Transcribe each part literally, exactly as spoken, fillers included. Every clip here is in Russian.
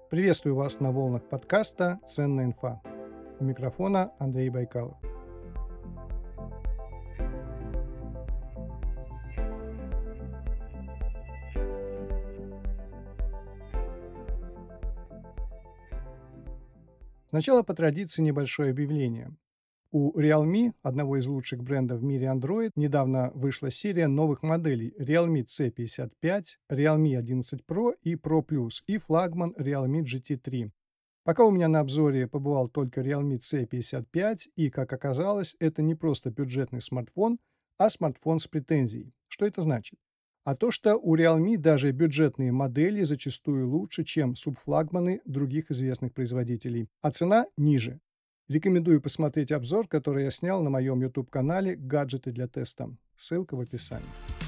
Приветствую вас на волнах подкаста «Ценная инфа». У микрофона Андрей Байкалов. Сначала по традиции небольшое объявление. У Realme, одного из лучших брендов в мире Android, недавно вышла серия новых моделей Realme си пятьдесят пять, Realme одиннадцать Pro и Pro Plus и флагман Realme джи ти три. Пока у меня на обзоре побывал только Realme си пятьдесят пять, и, как оказалось, это не просто бюджетный смартфон, а смартфон с претензией. Что это значит? А то, что у Realme даже бюджетные модели зачастую лучше, чем субфлагманы других известных производителей, а цена ниже. Рекомендую посмотреть обзор, который я снял на моем YouTube-канале «Гаджеты для теста». Ссылка в описании.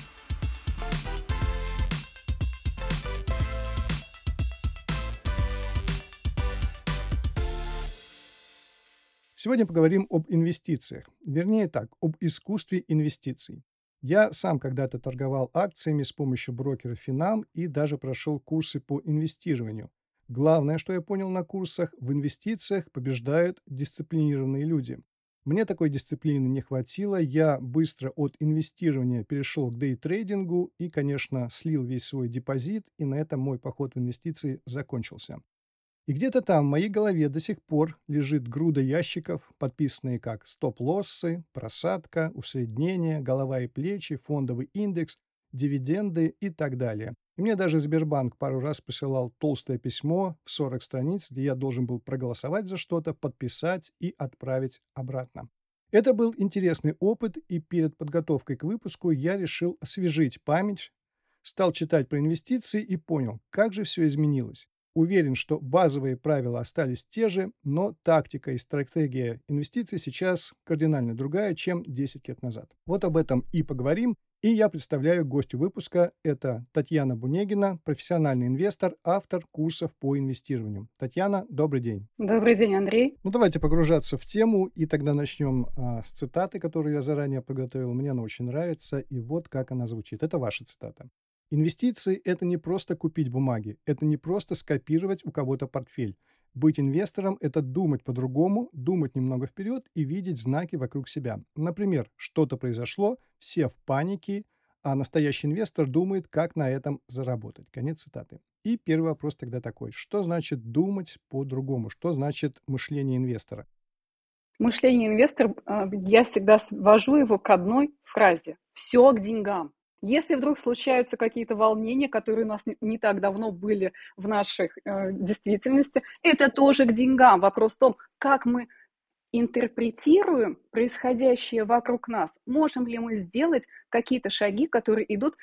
Сегодня поговорим об инвестициях. Вернее так, об искусстве инвестиций. Я сам когда-то торговал акциями с помощью брокера Финам и даже прошел курсы по инвестированию. Главное, что я понял на курсах, в инвестициях побеждают дисциплинированные люди. Мне такой дисциплины не хватило, я быстро от инвестирования перешел к дейтрейдингу и, конечно, слил весь свой депозит, и на этом мой поход в инвестиции закончился. И где-то там в моей голове до сих пор лежит груда ящиков, подписанные как стоп-лоссы, просадка, усреднение, голова и плечи, фондовый индекс, дивиденды и так далее. И мне даже Сбербанк пару раз посылал толстое письмо в сорок страниц, где я должен был проголосовать за что-то, подписать и отправить обратно. Это был интересный опыт, и перед подготовкой к выпуску я решил освежить память, стал читать про инвестиции и понял, как же все изменилось. Уверен, что базовые правила остались те же, но тактика и стратегия инвестиций сейчас кардинально другая, чем десять лет назад. Вот об этом и поговорим. И я представляю гостю выпуска. Это Татьяна Бунегина, профессиональный инвестор, автор курсов по инвестированию. Татьяна, добрый день. Добрый день, Андрей. Ну, давайте погружаться в тему, и тогда начнем а, с цитаты, которую я заранее подготовил. Мне она очень нравится, и вот как она звучит. Это ваша цитата. Инвестиции – это не просто купить бумаги, это не просто скопировать у кого-то портфель. Быть инвестором – это думать по-другому, думать немного вперед и видеть знаки вокруг себя. Например, что-то произошло, все в панике, а настоящий инвестор думает, как на этом заработать. Конец цитаты. И первый вопрос тогда такой. Что значит думать по-другому? Что значит мышление инвестора? Мышление инвестора, я всегда свожу его к одной фразе. Все к деньгам. Если вдруг случаются какие-то волнения, которые у нас не, не так давно были в нашей э, действительности, это тоже к деньгам. Вопрос в том, как мы интерпретируем происходящее вокруг нас. Можем ли мы сделать какие-то шаги, которые идут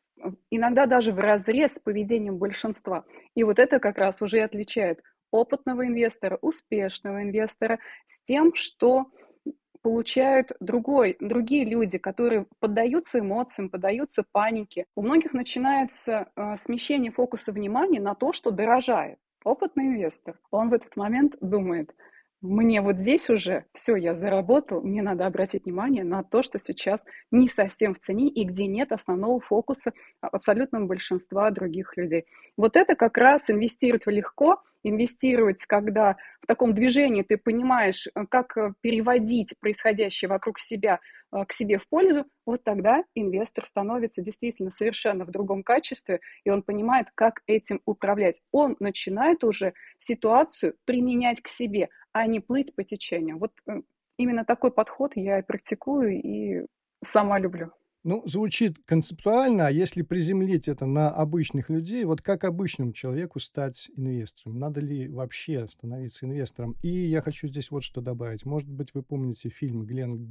иногда даже вразрез с поведением большинства. И вот это как раз уже и отличает опытного инвестора, успешного инвестора с тем, что получают другой, другие люди, которые поддаются эмоциям, поддаются панике. У многих начинается э, смещение фокуса внимания на то, что дорожает. Опытный инвестор, он в этот момент думает, мне вот здесь уже все, я заработал, мне надо обратить внимание на то, что сейчас не совсем в цене и где нет основного фокуса абсолютного большинства других людей. Вот это как раз инвестировать легко, инвестировать, когда в таком движении ты понимаешь, как переводить происходящее вокруг себя к себе в пользу, вот тогда инвестор становится действительно совершенно в другом качестве, и он понимает, как этим управлять. Он начинает уже ситуацию применять к себе, а не плыть по течению. Вот именно такой подход я и практикую, и сама люблю. Ну, звучит концептуально, а если приземлить это на обычных людей, вот как обычному человеку стать инвестором? Надо ли вообще становиться инвестором? И я хочу здесь вот что добавить. Может быть, вы помните фильм Глен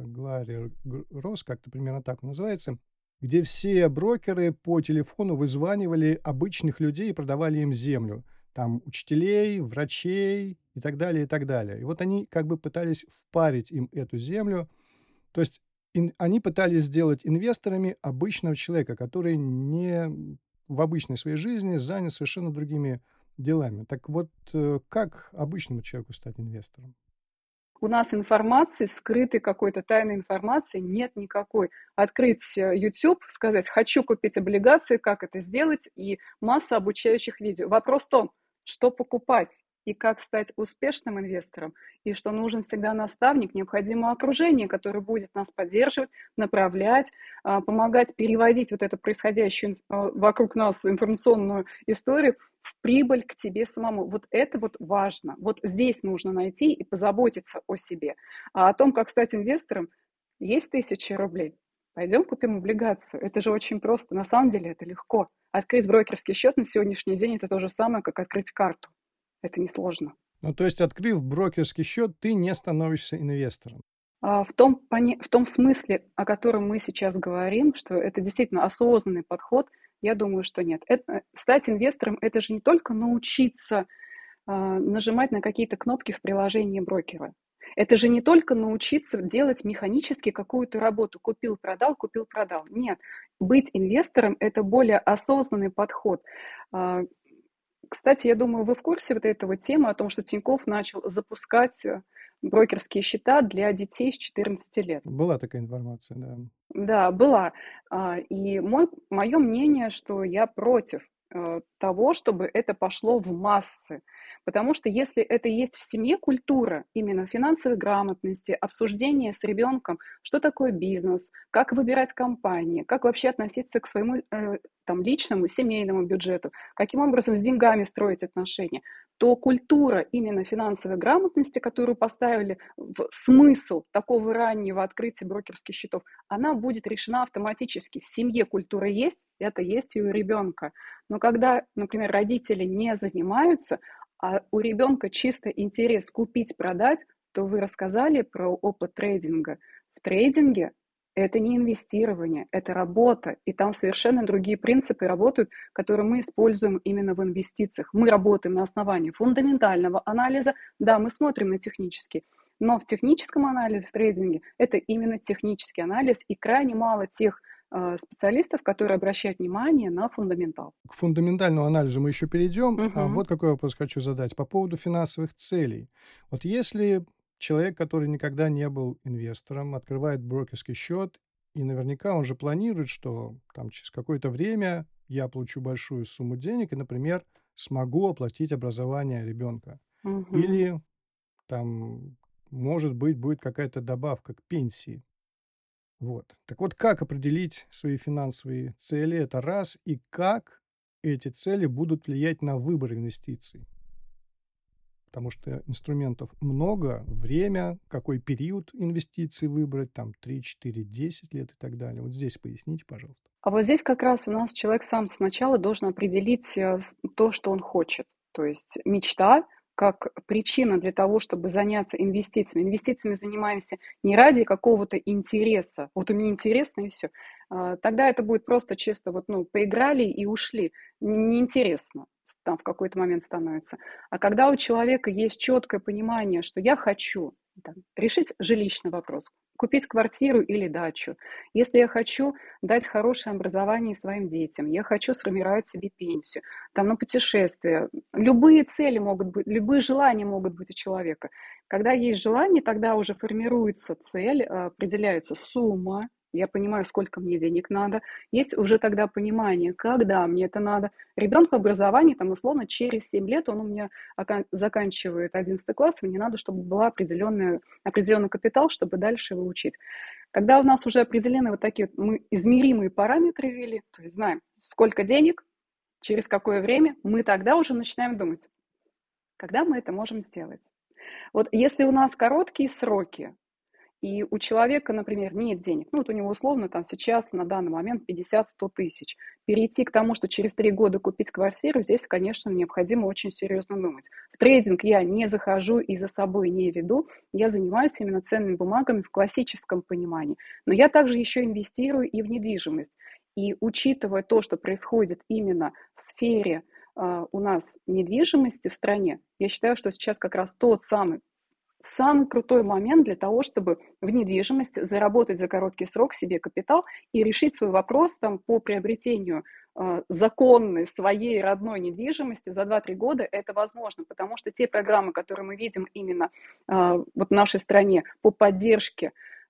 Глари Росс, как-то примерно так он называется, где все брокеры по телефону вызванивали обычных людей и продавали им землю. Там учителей, врачей и так далее, и так далее. И вот они как бы пытались впарить им эту землю. То есть Ин, они пытались сделать инвесторами обычного человека, который не в обычной своей жизни занят совершенно другими делами. Так вот, как обычному человеку стать инвестором? У нас информации, скрытой какой-то тайной информации нет никакой. Открыть YouTube, сказать, хочу купить облигации, как это сделать, и масса обучающих видео. Вопрос в том, что покупать и как стать успешным инвестором, и что нужен всегда наставник, необходимо окружение, которое будет нас поддерживать, направлять, а, помогать переводить вот эту происходящую инф- а, вокруг нас информационную историю в прибыль к тебе самому. Вот это вот важно. Вот здесь нужно найти и позаботиться о себе. А о том, как стать инвестором, есть тысячи рублей. Пойдем купим облигацию. Это же очень просто. На самом деле это легко. Открыть брокерский счет на сегодняшний день – это то же самое, как открыть карту. Это несложно. Ну, то есть, открыв брокерский счет, ты не становишься инвестором. А в том, пони- в том смысле, о котором мы сейчас говорим, что это действительно осознанный подход, я думаю, что нет. Это, стать инвестором – это же не только научиться а, нажимать на какие-то кнопки в приложении брокера. Это же не только научиться делать механически какую-то работу. Купил, продал, купил, продал. Нет. Быть инвестором – это более осознанный подход. А, Кстати, я думаю, вы в курсе вот этого темы о том, что Тинькофф начал запускать э, брокерские счета для детей с четырнадцати лет. Была такая информация, да. Да, была. А, И мой, мое мнение, что я против э, того, чтобы это пошло в массы. Потому что если это есть в семье культура именно финансовой грамотности, обсуждения с ребенком, что такое бизнес, как выбирать компании, как вообще относиться к своему э, там, личному, семейному бюджету, каким образом с деньгами строить отношения, то культура именно финансовой грамотности, которую поставили в смысл такого раннего открытия брокерских счетов, она будет решена автоматически. В семье культура есть, это есть и у ребенка. Но когда, например, родители не занимаются, а у ребенка чисто интерес купить, продать, то вы рассказали про опыт трейдинга. В трейдинге это не инвестирование, это работа, и там совершенно другие принципы работают, которые мы используем именно в инвестициях. Мы работаем на основании фундаментального анализа, да, мы смотрим на технический, но в техническом анализе, в трейдинге, это именно технический анализ, и крайне мало тех э, специалистов, которые обращают внимание на фундаментал. К фундаментальному анализу мы еще перейдем. А Мгм. вот какой вопрос хочу задать по поводу финансовых целей. Вот если человек, который никогда не был инвестором, открывает брокерский счет, и наверняка он же планирует, что там через какое-то время я получу большую сумму денег и, например, смогу оплатить образование ребенка. Мгм. Или там, может быть, будет какая-то добавка к пенсии. Вот. Так вот, как определить свои финансовые цели? Это раз. И как эти цели будут влиять на выбор инвестиций? Потому что инструментов много, время, какой период инвестиций выбрать, там три, четыре, десять лет и так далее. Вот здесь поясните, пожалуйста. А вот здесь как раз у нас человек сам сначала должен определить э, с- то, что он хочет. То есть мечта как причина для того, чтобы заняться инвестициями. Инвестициями занимаемся не ради какого-то интереса. Вот у меня интересно и все. Тогда это будет просто чисто вот, ну, поиграли и ушли. Н- Неинтересно там в какой-то момент становится. А когда у человека есть четкое понимание, что я хочу там, решить жилищный вопрос, купить квартиру или дачу, если я хочу дать хорошее образование своим детям, я хочу сформировать себе пенсию, там, на путешествия. Любые цели могут быть, любые желания могут быть у человека. Когда есть желание, тогда уже формируется цель, а, определяется сумма, я понимаю, сколько мне денег надо. Есть уже тогда понимание, когда мне это надо. Ребенку образование, там, условно, через семь лет он у меня окан- заканчивает одиннадцатый класс, и мне надо, чтобы был определенный, определенный капитал, чтобы дальше его учить. Когда у нас уже определены вот такие вот мы измеримые параметры ввели, то есть знаем, сколько денег, через какое время, мы тогда уже начинаем думать, когда мы это можем сделать. Вот если у нас короткие сроки, и у человека, например, нет денег, ну вот у него условно там сейчас на данный момент пятьдесят-сто тысяч, перейти к тому, что через три года купить квартиру, здесь, конечно, необходимо очень серьезно думать. В трейдинг я не захожу и за собой не веду, я занимаюсь именно ценными бумагами в классическом понимании. Но я также еще инвестирую и в недвижимость. И учитывая то, что происходит именно в сфере э, у нас недвижимости в стране, я считаю, что сейчас как раз тот самый самый крутой момент для того, чтобы в недвижимости заработать за короткий срок себе капитал и решить свой вопрос там, по приобретению э, законной своей родной недвижимости за два-три года, это возможно, потому что те программы, которые мы видим именно э, вот в нашей стране по поддержке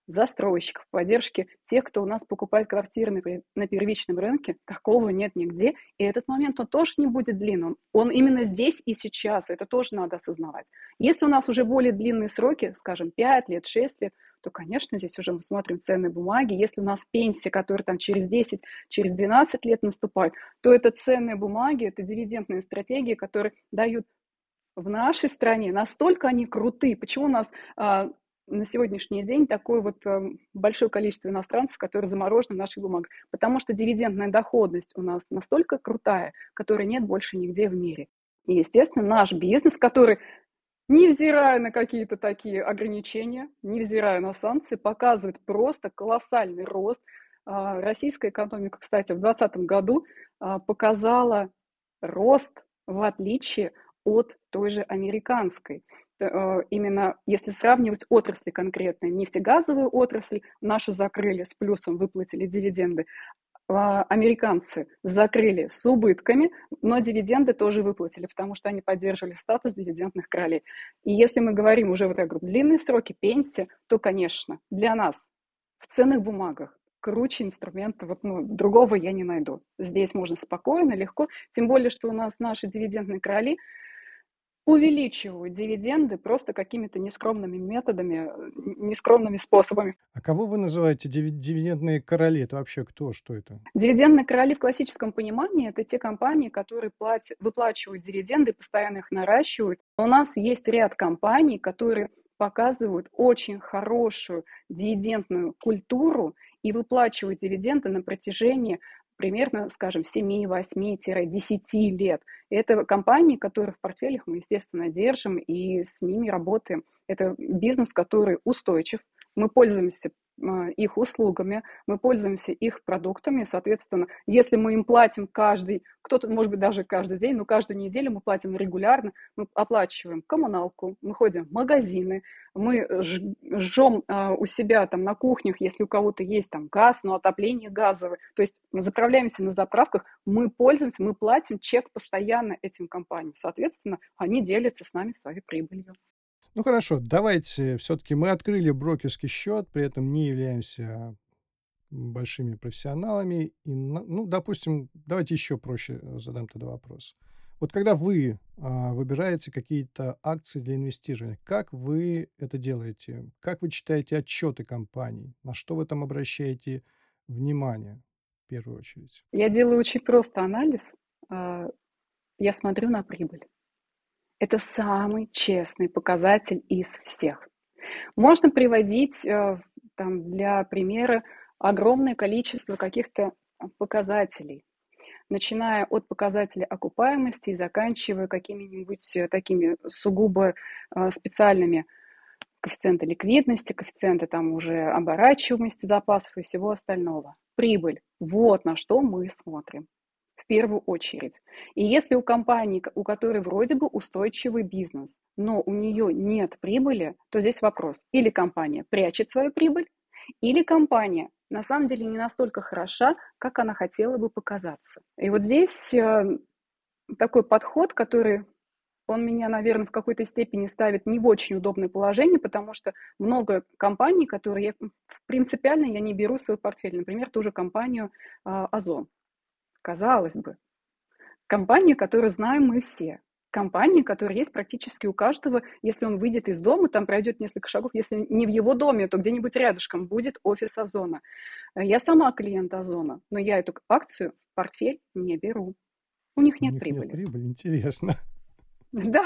застройщиков, поддержки тех, кто у нас покупает квартиры на, пе- на первичном рынке, такого нет нигде. И этот момент, он тоже не будет длинным. Он именно здесь и сейчас. Это тоже надо осознавать. Если у нас уже более длинные сроки, скажем, пять лет, шесть лет, то, конечно, здесь уже мы смотрим ценные бумаги. Если у нас пенсия, которая там через десять, через двенадцать лет наступает, то это ценные бумаги, это дивидендные стратегии, которые дают в нашей стране, настолько они крутые. Почему у нас а, на сегодняшний день такое вот а, большое количество иностранцев, которые заморожены в наших бумагах? Потому что дивидендная доходность у нас настолько крутая, которой нет больше нигде в мире. И, естественно, наш бизнес, который, невзирая на какие-то такие ограничения, невзирая на санкции, показывает просто колоссальный рост. А, Российская экономика, кстати, в двадцатом году а, показала рост в отличие от той же американской. Э, Именно если сравнивать отрасли конкретные, нефтегазовую отрасль нашу закрыли с плюсом, выплатили дивиденды, а американцы закрыли с убытками, но дивиденды тоже выплатили, потому что они поддерживали статус дивидендных королей. И если мы говорим уже, вот я говорю, длинные сроки, пенсия, то, конечно, для нас в ценных бумагах круче инструмента, вот, ну, другого я не найду. Здесь можно спокойно, легко, тем более, что у нас наши дивидендные короли увеличивают дивиденды просто какими-то нескромными методами, нескромными способами. А кого вы называете диви- дивидендные короли? Это вообще кто? Что это? Дивидендные короли в классическом понимании – это те компании, которые платят, выплачивают дивиденды, постоянно их наращивают. У нас есть ряд компаний, которые показывают очень хорошую дивидендную культуру и выплачивают дивиденды на протяжении примерно, скажем, семь, восемь, десять лет. Это компании, которые в портфелях мы, естественно, держим и с ними работаем. Это бизнес, который устойчив. Мы пользуемся их услугами, мы пользуемся их продуктами, соответственно, если мы им платим каждый, кто-то, может быть, даже каждый день, но каждую неделю мы платим регулярно, мы оплачиваем коммуналку, мы ходим в магазины, мы жжем у себя там на кухнях, если у кого-то есть там газ, но отопление газовое, то есть мы заправляемся на заправках, мы пользуемся, мы платим чек постоянно этим компаниям, соответственно, они делятся с нами своей прибылью. Ну хорошо, давайте все-таки мы открыли брокерский счет, при этом не являемся большими профессионалами. И, на- ну, допустим, давайте еще проще э, задам тогда вопрос. Вот когда вы а, выбираете какие-то акции для инвестирования, как вы это делаете? Как вы читаете отчеты компаний? На что вы там обращаете внимание в первую очередь? Я делаю очень просто анализ, а, я смотрю на прибыль. Это самый честный показатель из всех. Можно приводить э, там, для примера огромное количество каких-то показателей, начиная от показателей окупаемости и заканчивая какими-нибудь э, такими сугубо э, специальными коэффициенты ликвидности, коэффициенты там уже оборачиваемости запасов и всего остального. Прибыль. Вот на что мы смотрим в первую очередь. И если у компании, у которой вроде бы устойчивый бизнес, но у нее нет прибыли, то здесь вопрос. Или компания прячет свою прибыль, или компания на самом деле не настолько хороша, как она хотела бы показаться. И вот здесь э, такой подход, который он меня, наверное, в какой-то степени ставит не в очень удобное положение, потому что много компаний, которые я, принципиально я не беру в свой портфель. Например, ту же компанию э, Озон. Казалось бы, компания, которую знаем мы все. Компания, которая есть практически у каждого. Если он выйдет из дома, там пройдет несколько шагов. Если не в его доме, то где-нибудь рядышком будет офис Озона. Я сама клиент Озона, но я эту акцию в портфель не беру. У них У нет них нет прибыли. прибыли, интересно. Да.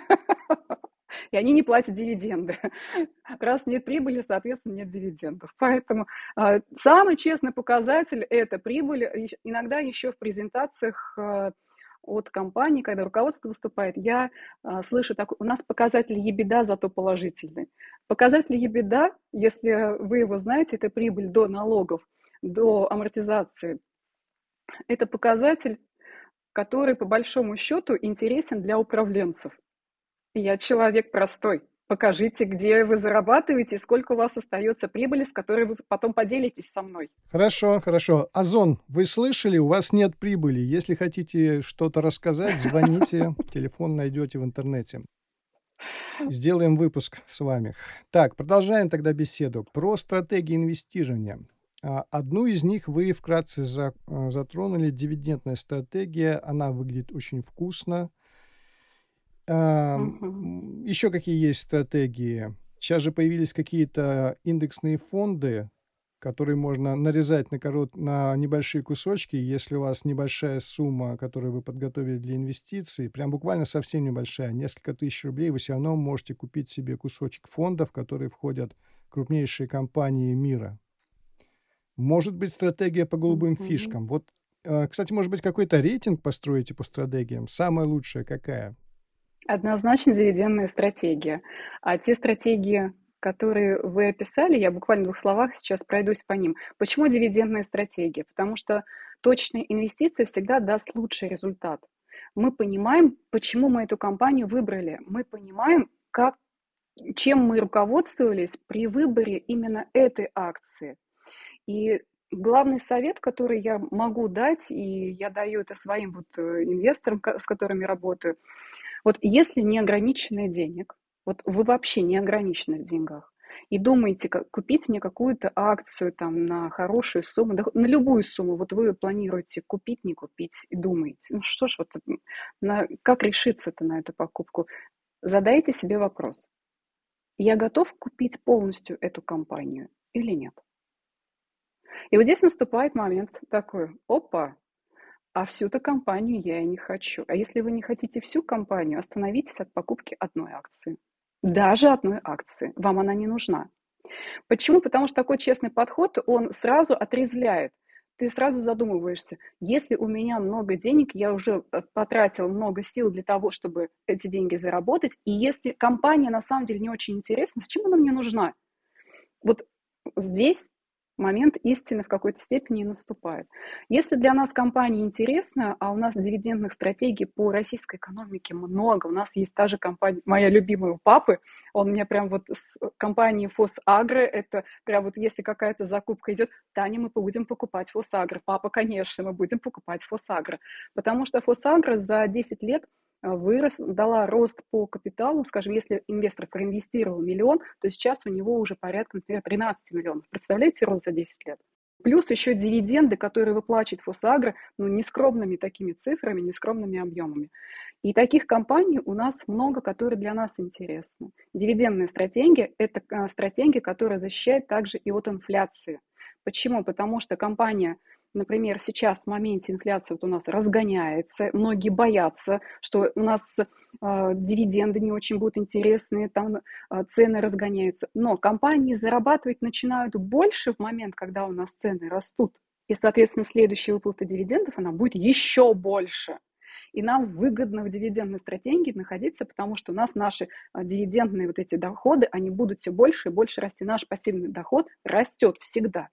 И они не платят дивиденды. Раз нет прибыли, соответственно, нет дивидендов. Поэтому э, самый честный показатель – это прибыль. Иногда еще в презентациях э, от компании, когда руководство выступает, я э, слышу такой, у нас показатель EBITDA зато положительный. Показатель EBITDA, если вы его знаете, это прибыль до налогов, до амортизации. Это показатель, который по большому счету интересен для управленцев. Я человек простой. Покажите, где вы зарабатываете, сколько у вас остается прибыли, с которой вы потом поделитесь со мной. Хорошо, хорошо. Озон, вы слышали, у вас нет прибыли. Если хотите что-то рассказать, звоните, телефон найдете в интернете. Сделаем выпуск с вами. Так, продолжаем тогда беседу про стратегии инвестирования. А, одну из них вы вкратце за а, затронули. Дивидендная стратегия. Она выглядит очень вкусно. Ам, Мгм. м, еще какие есть стратегии? Сейчас же появились какие-то индексные фонды, которые можно нарезать на корот на небольшие кусочки. Если у вас небольшая сумма, которую вы подготовили для инвестиций, прям буквально совсем небольшая, несколько тысяч рублей, вы все равно можете купить себе кусочек фонда, в который входят крупнейшие компании мира. Может быть, стратегия по голубым Мгм. фишкам. Вот, э, кстати, может быть, какой-то рейтинг построите по стратегиям? Самая лучшая какая? Однозначно дивидендная стратегия. А те стратегии, которые вы описали, я буквально в двух словах сейчас пройдусь по ним. Почему дивидендная стратегия? Потому что точная инвестиция всегда даст лучший результат. Мы понимаем, почему мы эту компанию выбрали. Мы понимаем, как, чем мы руководствовались при выборе именно этой акции. И главный совет, который я могу дать, и я даю это своим вот э, инвесторам, ко- с которыми работаю, вот если не ограниченное денег, вот вы вообще не ограничены в деньгах, и думаете, как купить мне какую-то акцию там на хорошую сумму, да, на любую сумму, вот вы планируете купить, не купить, и думаете, ну что ж, вот, на, как решиться-то на эту покупку? Задайте себе вопрос, я готов купить полностью эту компанию или нет? И вот здесь наступает момент такой, опа, а всю-то компанию я и не хочу. А если вы не хотите всю компанию, остановитесь от покупки одной акции. Даже одной акции. Вам она не нужна. Почему? Потому что такой честный подход, он сразу отрезвляет. Ты сразу задумываешься, если у меня много денег, я уже э, потратил много сил для того, чтобы эти деньги заработать, и если компания на самом деле не очень интересна, зачем она мне нужна? Вот здесь момент истины в какой-то степени и наступает. Если для нас компания интересна, а у нас дивидендных стратегий по российской экономике много, у нас есть та же компания, моя любимая у папы, он мне прям вот с компании Фосагро, это прям вот если какая-то закупка идет, Таня, мы будем покупать Фосагро, папа, конечно, мы будем покупать Фосагро, потому что Фосагро за десять лет вырос, дала рост по капиталу, скажем, если инвестор проинвестировал миллион, то сейчас у него уже порядка, например, тринадцать миллионов. Представляете, рост за десять лет? Плюс еще дивиденды, которые выплачивает Фосагро, ну, нескромными такими цифрами, нескромными объемами. И таких компаний у нас много, которые для нас интересны. Дивидендная стратегия – это стратегия, которая защищает также и от инфляции. Почему? Потому что компания, например, сейчас в моменте инфляции вот у нас разгоняется, многие боятся, что у нас э, дивиденды не очень будут интересные, там э, цены разгоняются. Но компании зарабатывать начинают больше в момент, когда у нас цены растут. И, соответственно, следующая выплата дивидендов, она будет еще больше. И нам выгодно в дивидендной стратегии находиться, потому что у нас наши а, дивидендные вот эти доходы, они будут все больше и больше расти. Наш пассивный доход растет всегда.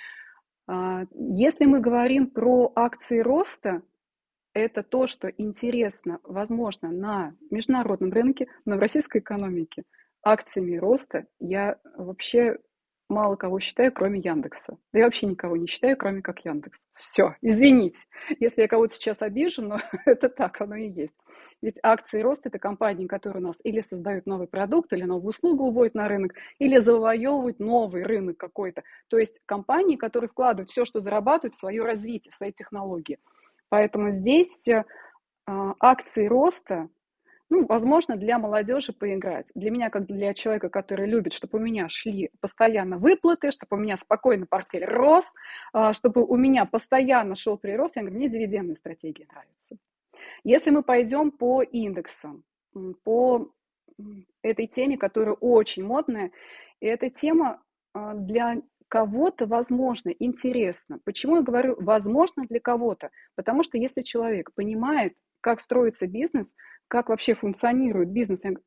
А, Если мы говорим про акции роста, это то, что интересно, возможно, на международном рынке, но в российской экономике акциями роста я вообще мало кого считаю, кроме Яндекса. Да я вообще никого не считаю, кроме как Яндекс. Все, извините, если я кого-то сейчас обижу, но это так оно и есть. Ведь акции роста – это компании, которые у нас или создают новый продукт, или новую услугу уводят на рынок, или завоевывают новый рынок какой-то. То есть компании, которые вкладывают все, что зарабатывают, в свое развитие, в свои технологии. Поэтому здесь э, акции роста, ну, возможно, для молодежи поиграть. Для меня, как для человека, который любит, чтобы у меня шли постоянно выплаты, чтобы у меня спокойно портфель рос, а, чтобы у меня постоянно шел прирост, я говорю, мне дивидендные стратегии нравятся. Если мы пойдем по индексам, по этой теме, которая очень модная, и эта тема а, для кого-то, возможно, интересна. Почему я говорю «возможно для кого-то»? Потому что если человек понимает, как строится бизнес, как вообще функционирует бизнес, э,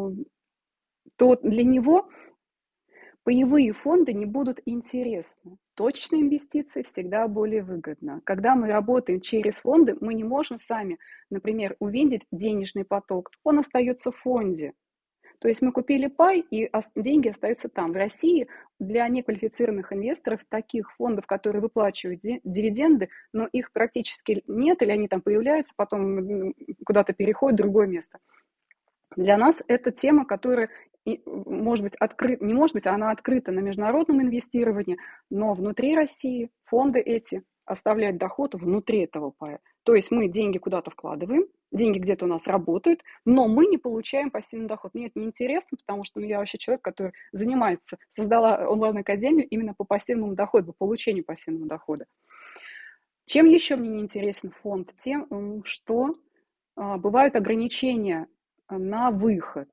то для него паевые фонды не будут интересны. Точные инвестиции всегда более выгодно. Когда мы работаем через фонды, мы не можем сами, например, увидеть денежный поток. Он остается в фонде. То есть мы купили пай, и деньги остаются там. В России для неквалифицированных инвесторов таких фондов, которые выплачивают дивиденды, но их практически нет, или они там появляются, потом куда-то переходят в другое место. Для нас это тема, которая, и, может быть, откры... не может быть, а она открыта на международном инвестировании, но внутри России фонды эти оставляют доход внутри этого пая. То есть мы деньги куда-то вкладываем, деньги где-то у нас работают, но мы не получаем пассивный доход. Мне это неинтересно, потому что ну, я вообще человек, который занимается, создала онлайн-академию именно по пассивному доходу, по получению пассивного дохода. Чем еще мне не интересен фонд? Тем, что а, бывают ограничения на выход.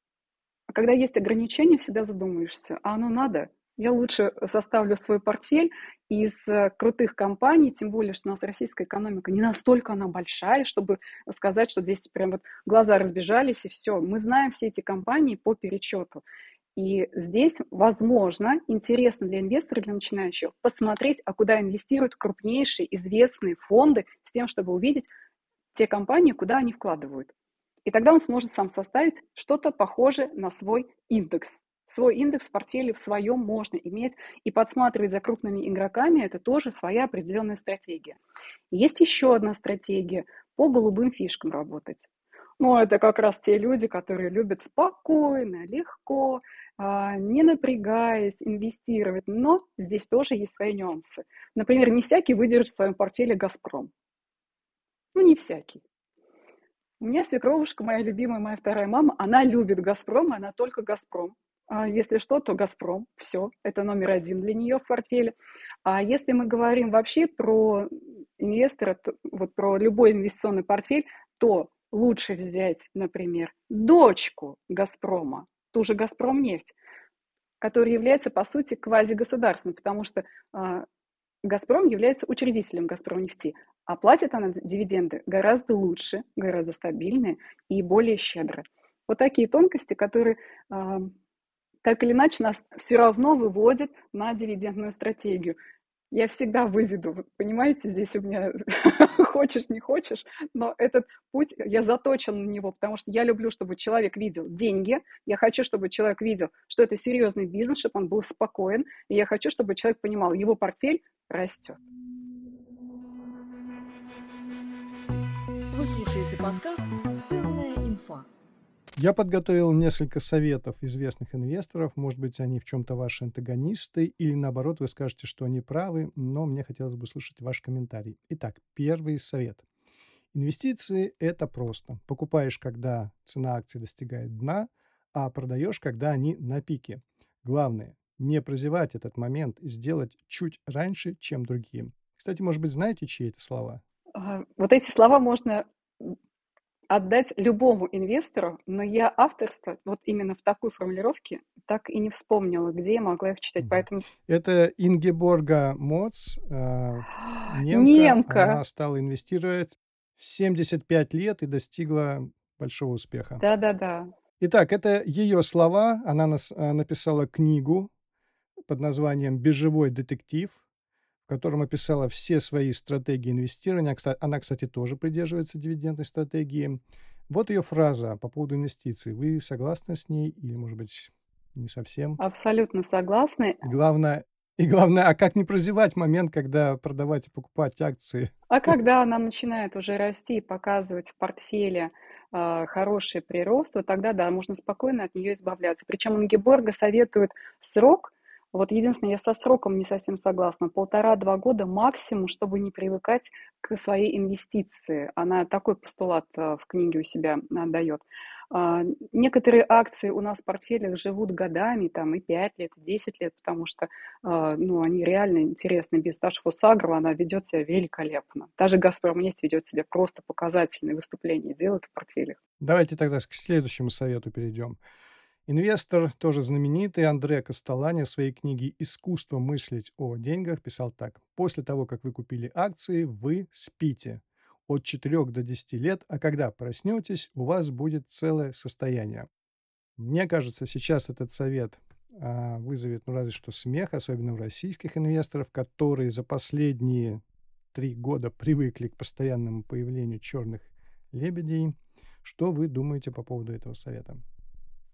А когда есть ограничения, всегда задумаешься, а оно надо? Я лучше составлю свой портфель из крутых компаний, тем более, что у нас российская экономика не настолько она большая, чтобы сказать, что здесь прям вот глаза разбежались и все. Мы знаем все эти компании по перечету. И здесь, возможно, интересно для инвестора, для начинающего, посмотреть, а куда инвестируют крупнейшие известные фонды, с тем, чтобы увидеть те компании, куда они вкладывают. И тогда он сможет сам составить что-то похожее на свой индекс. Свой индекс в портфеле в своем можно иметь, и подсматривать за крупными игроками – это тоже своя определенная стратегия. Есть еще одна стратегия – по голубым фишкам работать. Ну, это как раз те люди, которые любят спокойно, легко, не напрягаясь, инвестировать. Но здесь тоже есть свои нюансы. Например, не всякий выдержит в своем портфеле «Газпром». Ну, не всякий. У меня свекровушка, моя любимая, моя вторая мама, она любит «Газпром», она только «Газпром». А если что, то «Газпром». Все, это номер один для нее в портфеле. А если мы говорим вообще про инвестора, то, вот про любой инвестиционный портфель, то лучше взять, например, дочку «Газпрома», ту же «Газпромнефть», которая является, по сути, квазигосударственной, потому что а, «Газпром» является учредителем «Газпромнефти», а платит она дивиденды гораздо лучше, гораздо стабильнее и более щедро. Вот такие тонкости, которые э, так или иначе нас все равно выводят на дивидендную стратегию. Я всегда выведу, понимаете, здесь у меня хочешь, не хочешь, но этот путь, я заточен на него, потому что я люблю, чтобы человек видел деньги, я хочу, чтобы человек видел, что это серьезный бизнес, чтобы он был спокоен, и я хочу, чтобы человек понимал, его портфель растет. Вы слушаете подкаст «Ценная инфа». Я подготовил несколько советов известных инвесторов. Может быть, они в чем-то ваши антагонисты, или наоборот, вы скажете, что они правы, но мне хотелось бы услышать ваш комментарий. Итак, первый совет. Инвестиции – это просто. Покупаешь, когда цена акций достигает дна, а продаешь, когда они на пике. Главное – не прозевать этот момент и сделать чуть раньше, чем другие. Кстати, может быть, знаете, чьи это слова? Вот эти слова можно отдать любому инвестору, но я авторство вот именно в такой формулировке так и не вспомнила, где я могла их читать. Поэтому... Это Ингеборга Моц, э, немка. Немка! Она стала инвестировать в семьдесят пять лет и достигла большого успеха. Да-да-да. Итак, это ее слова. Она нас, э, написала книгу под названием «Биржевой детектив», в котором описала все свои стратегии инвестирования. Она, кстати, тоже придерживается дивидендной стратегии. Вот ее фраза по поводу инвестиций. Вы согласны с ней или, может быть, не совсем? Абсолютно согласна. И главное, и главное, а как не прозевать момент, когда продавать и покупать акции? А когда она начинает уже расти и показывать в портфеле э, хороший прирост, вот тогда, да, можно спокойно от нее избавляться. Причем Ингеборга советует срок. Вот единственное, я со сроком не совсем согласна. Полтора-два года максимум, чтобы не привыкать к своей инвестиции. Она такой постулат в книге у себя дает. Некоторые акции у нас в портфелях живут годами, там и пять лет, и десять лет, потому что ну, они реально интересны. Без Таши Фосагрова она ведет себя великолепно. Даже «Газпромнефть» ведет себя просто показательные выступления, делает в портфелях. Давайте тогда к следующему совету перейдем. Инвестор, тоже знаменитый, Андре Костолани в своей книге «Искусство мыслить о деньгах» писал так. После того, как вы купили акции, вы спите от четырёх до десяти лет, а когда проснетесь, у вас будет целое состояние. Мне кажется, сейчас этот совет а, вызовет, ну, разве что смех, особенно у российских инвесторов, которые за последние три года привыкли к постоянному появлению черных лебедей. Что вы думаете по поводу этого совета?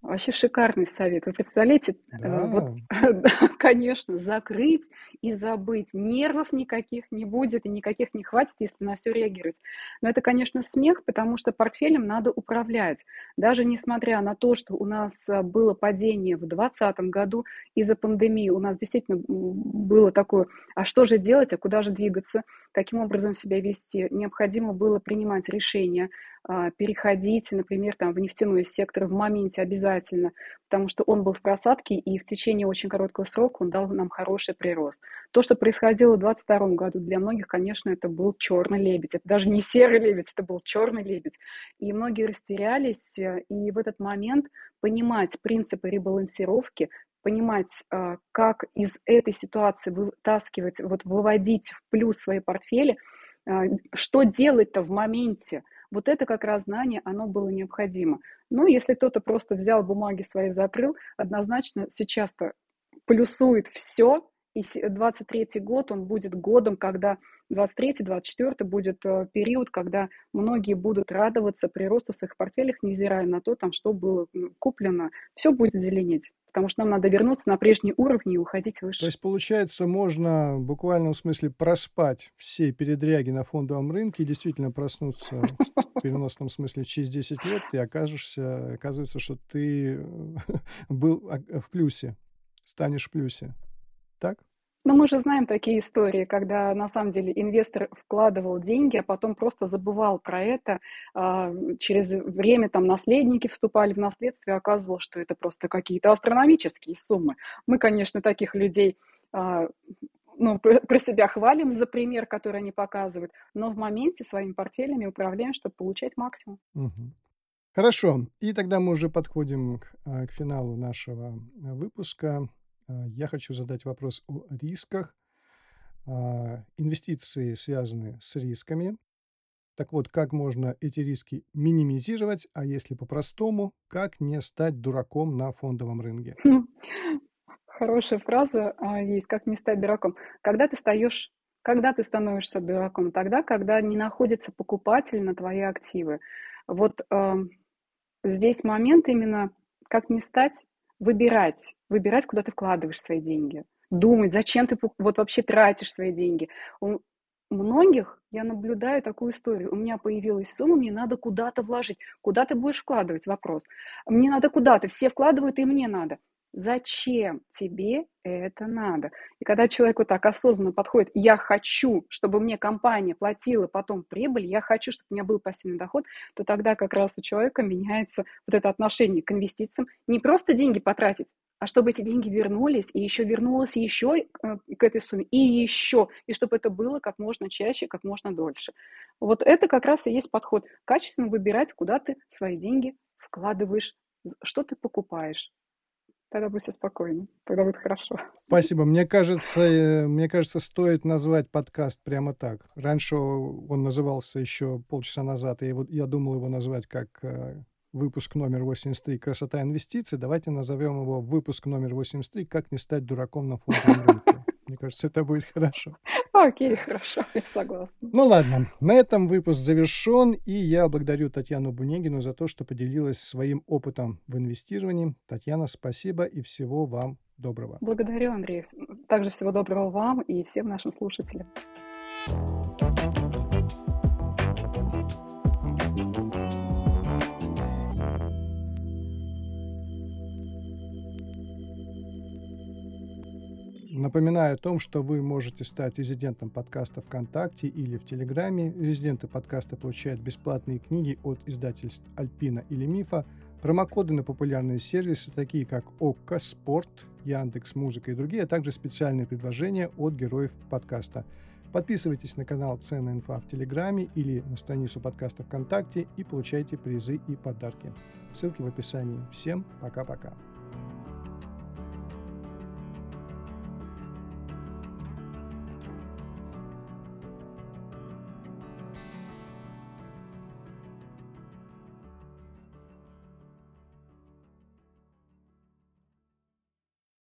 Вообще шикарный совет. Вы представляете, э, вот, Да. конечно, закрыть и забыть. Нервов никаких не будет и никаких не хватит, если на все реагировать. Но это, конечно, смех, потому что портфелем надо управлять. Даже несмотря на то, что у нас а, было падение в двадцатом году из-за пандемии, у нас действительно м, было такое, а что же делать, а куда же двигаться, каким образом себя вести. Необходимо было принимать решения, а, переходить, например, там, в нефтяной сектор в моменте обязательно, потому что он был в просадке, и в течение очень короткого срока он дал нам хороший прирост. То, что происходило в двадцать втором году, для многих, конечно, это был черный лебедь. Это даже не серый лебедь, это был черный лебедь. И многие растерялись, э, и в этот момент понимать принципы ребалансировки, понимать, а, как из этой ситуации вытаскивать, вот выводить в плюс свои портфели, а, что делать-то в моменте. Вот это как раз знание, оно было необходимо. Ну, если кто-то просто взял бумаги свои, закрыл, однозначно сейчас-то плюсует все, и се- двадцать третий год, он будет годом, когда двадцать третий двадцать четвёртый будет э, период, когда многие будут радоваться приросту в своих портфелях, невзирая на то, там, что было м, куплено, все будет зеленеть, потому что нам надо вернуться на прежние уровни и уходить То выше. есть, получается, можно в буквальном смысле проспать все передряги на фондовом рынке и действительно проснуться в переносном смысле через десять лет, и окажешься, оказывается, что ты э, был а, в плюсе, станешь в плюсе. Так? Но мы же знаем такие истории, когда на самом деле инвестор вкладывал деньги, а потом просто забывал про это. А, Через время там наследники вступали в наследство, и оказывалось, что это просто какие-то астрономические суммы. Мы, конечно, таких людей а, ну, про про себя хвалим за пример, который они показывают, но в моменте своими портфелями управляем, чтобы получать максимум. Мгм. Хорошо. И тогда мы уже подходим к, а, к финалу нашего а, выпуска. А, Я хочу задать вопрос о рисках. А, Инвестиции связаны с рисками. Так вот, как можно эти риски минимизировать, а если по-простому, как не стать дураком на фондовом рынке? Хорошая фраза а, есть, как не стать дураком. Когда ты стаешь, когда ты становишься дураком? Тогда, когда не находится покупатель на твои активы. Вот ам, здесь момент именно, как не стать, выбирать, выбирать, куда ты вкладываешь свои деньги, думать, зачем ты пу- вот вообще тратишь свои деньги. У многих я наблюдаю такую историю. У меня появилась сумма, мне надо куда-то вложить. Куда ты будешь вкладывать? Вопрос. Мне надо куда-то. Все вкладывают, и мне надо. Зачем тебе это надо? И когда человек вот так осознанно подходит, я хочу, чтобы мне компания платила потом прибыль, я хочу, чтобы у меня был пассивный доход, то тогда как раз у человека меняется вот это отношение к инвестициям. Не просто деньги потратить, а чтобы эти деньги вернулись, и еще вернулось еще э, к этой сумме, и еще, и чтобы это было как можно чаще, как можно дольше. Вот это как раз и есть подход. Качественно выбирать, куда ты свои деньги вкладываешь, что ты покупаешь. Тогда будет все спокойно, тогда будет хорошо. Спасибо. Мне кажется, э, мне кажется, стоит назвать подкаст прямо так. Раньше он назывался еще полчаса назад, и вот я думал его назвать как э, выпуск номер восемьдесят три «Красота инвестиций». Давайте назовем его выпуск номер восемьдесят три «Как не стать дураком на фондовом рынке». Мне кажется, это будет хорошо. Окей, хорошо, я согласна. Ну ладно, на этом выпуск завершен, и я благодарю Татьяну Бунегину за то, что поделилась своим опытом в инвестировании. Татьяна, спасибо и всего вам доброго. Благодарю, Андрей. Также всего доброго вам и всем нашим слушателям. Напоминаю о том, что вы можете стать резидентом подкаста ВКонтакте или в Телеграме. Резиденты подкаста получают бесплатные книги от издательств Альпина или Мифа, промокоды на популярные сервисы, такие как ОККО, Спорт, Яндекс.Музыка и другие, а также специальные предложения от героев подкаста. Подписывайтесь на канал «Ценная инфа» в Телеграме или на страницу подкаста ВКонтакте и получайте призы и подарки. Ссылки в описании. Всем пока-пока.